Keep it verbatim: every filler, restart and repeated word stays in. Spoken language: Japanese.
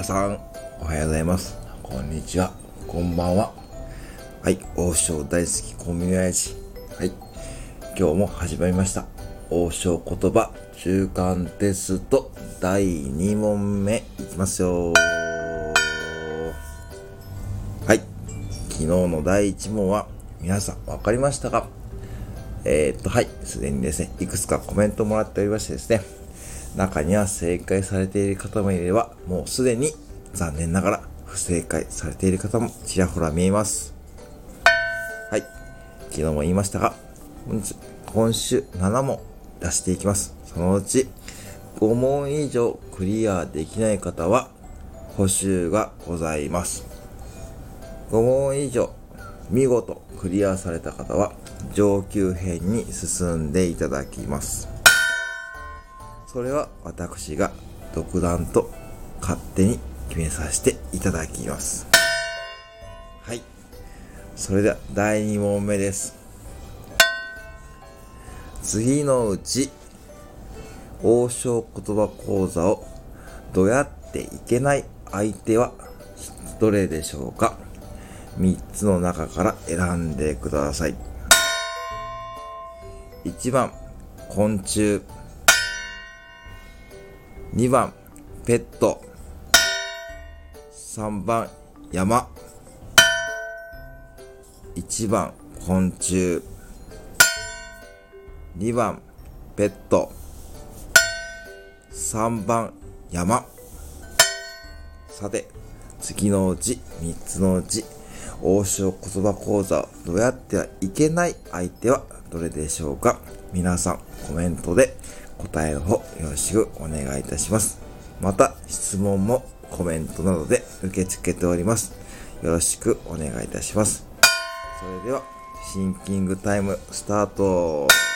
さん、おはようございます。こんにちは。こんばんは。はい、王将大好きコンビニ親父。はい、今日も始まりました。王将言葉中間テストだいに問目いきますよ。はい、昨日のだいいち問は皆さん分かりましたか？えー、っと、はい、すでにですね、いくつかコメントもらっておりましてですね、中には正解されている方もいれば、もうすでに残念ながら不正解されている方もちらほら見えます。はい、昨日も言いましたが、今週なな問出していきます。そのうちご問以上クリアできない方は補習がございます。ご問以上見事クリアされた方は上級編に進んでいただきます。それは私が独断と勝手に決めさせていただきます。はい、それではだいに問目です。次のうち王将言葉講座をどやっていけない相手はどれでしょうか？みっつの中から選んでください。いちばん昆虫、にばんペット、さんばん山。いちばん昆虫、にばんペット、さんばん山。さて、次のうちみっつのうち王将言葉講座をどうやってはいけない相手はどれでしょうか？皆さんコメントで答えの方よろしくお願いいたします。また質問もコメントなどで受け付けております。よろしくお願いいたします。それではシンキングタイムスタート。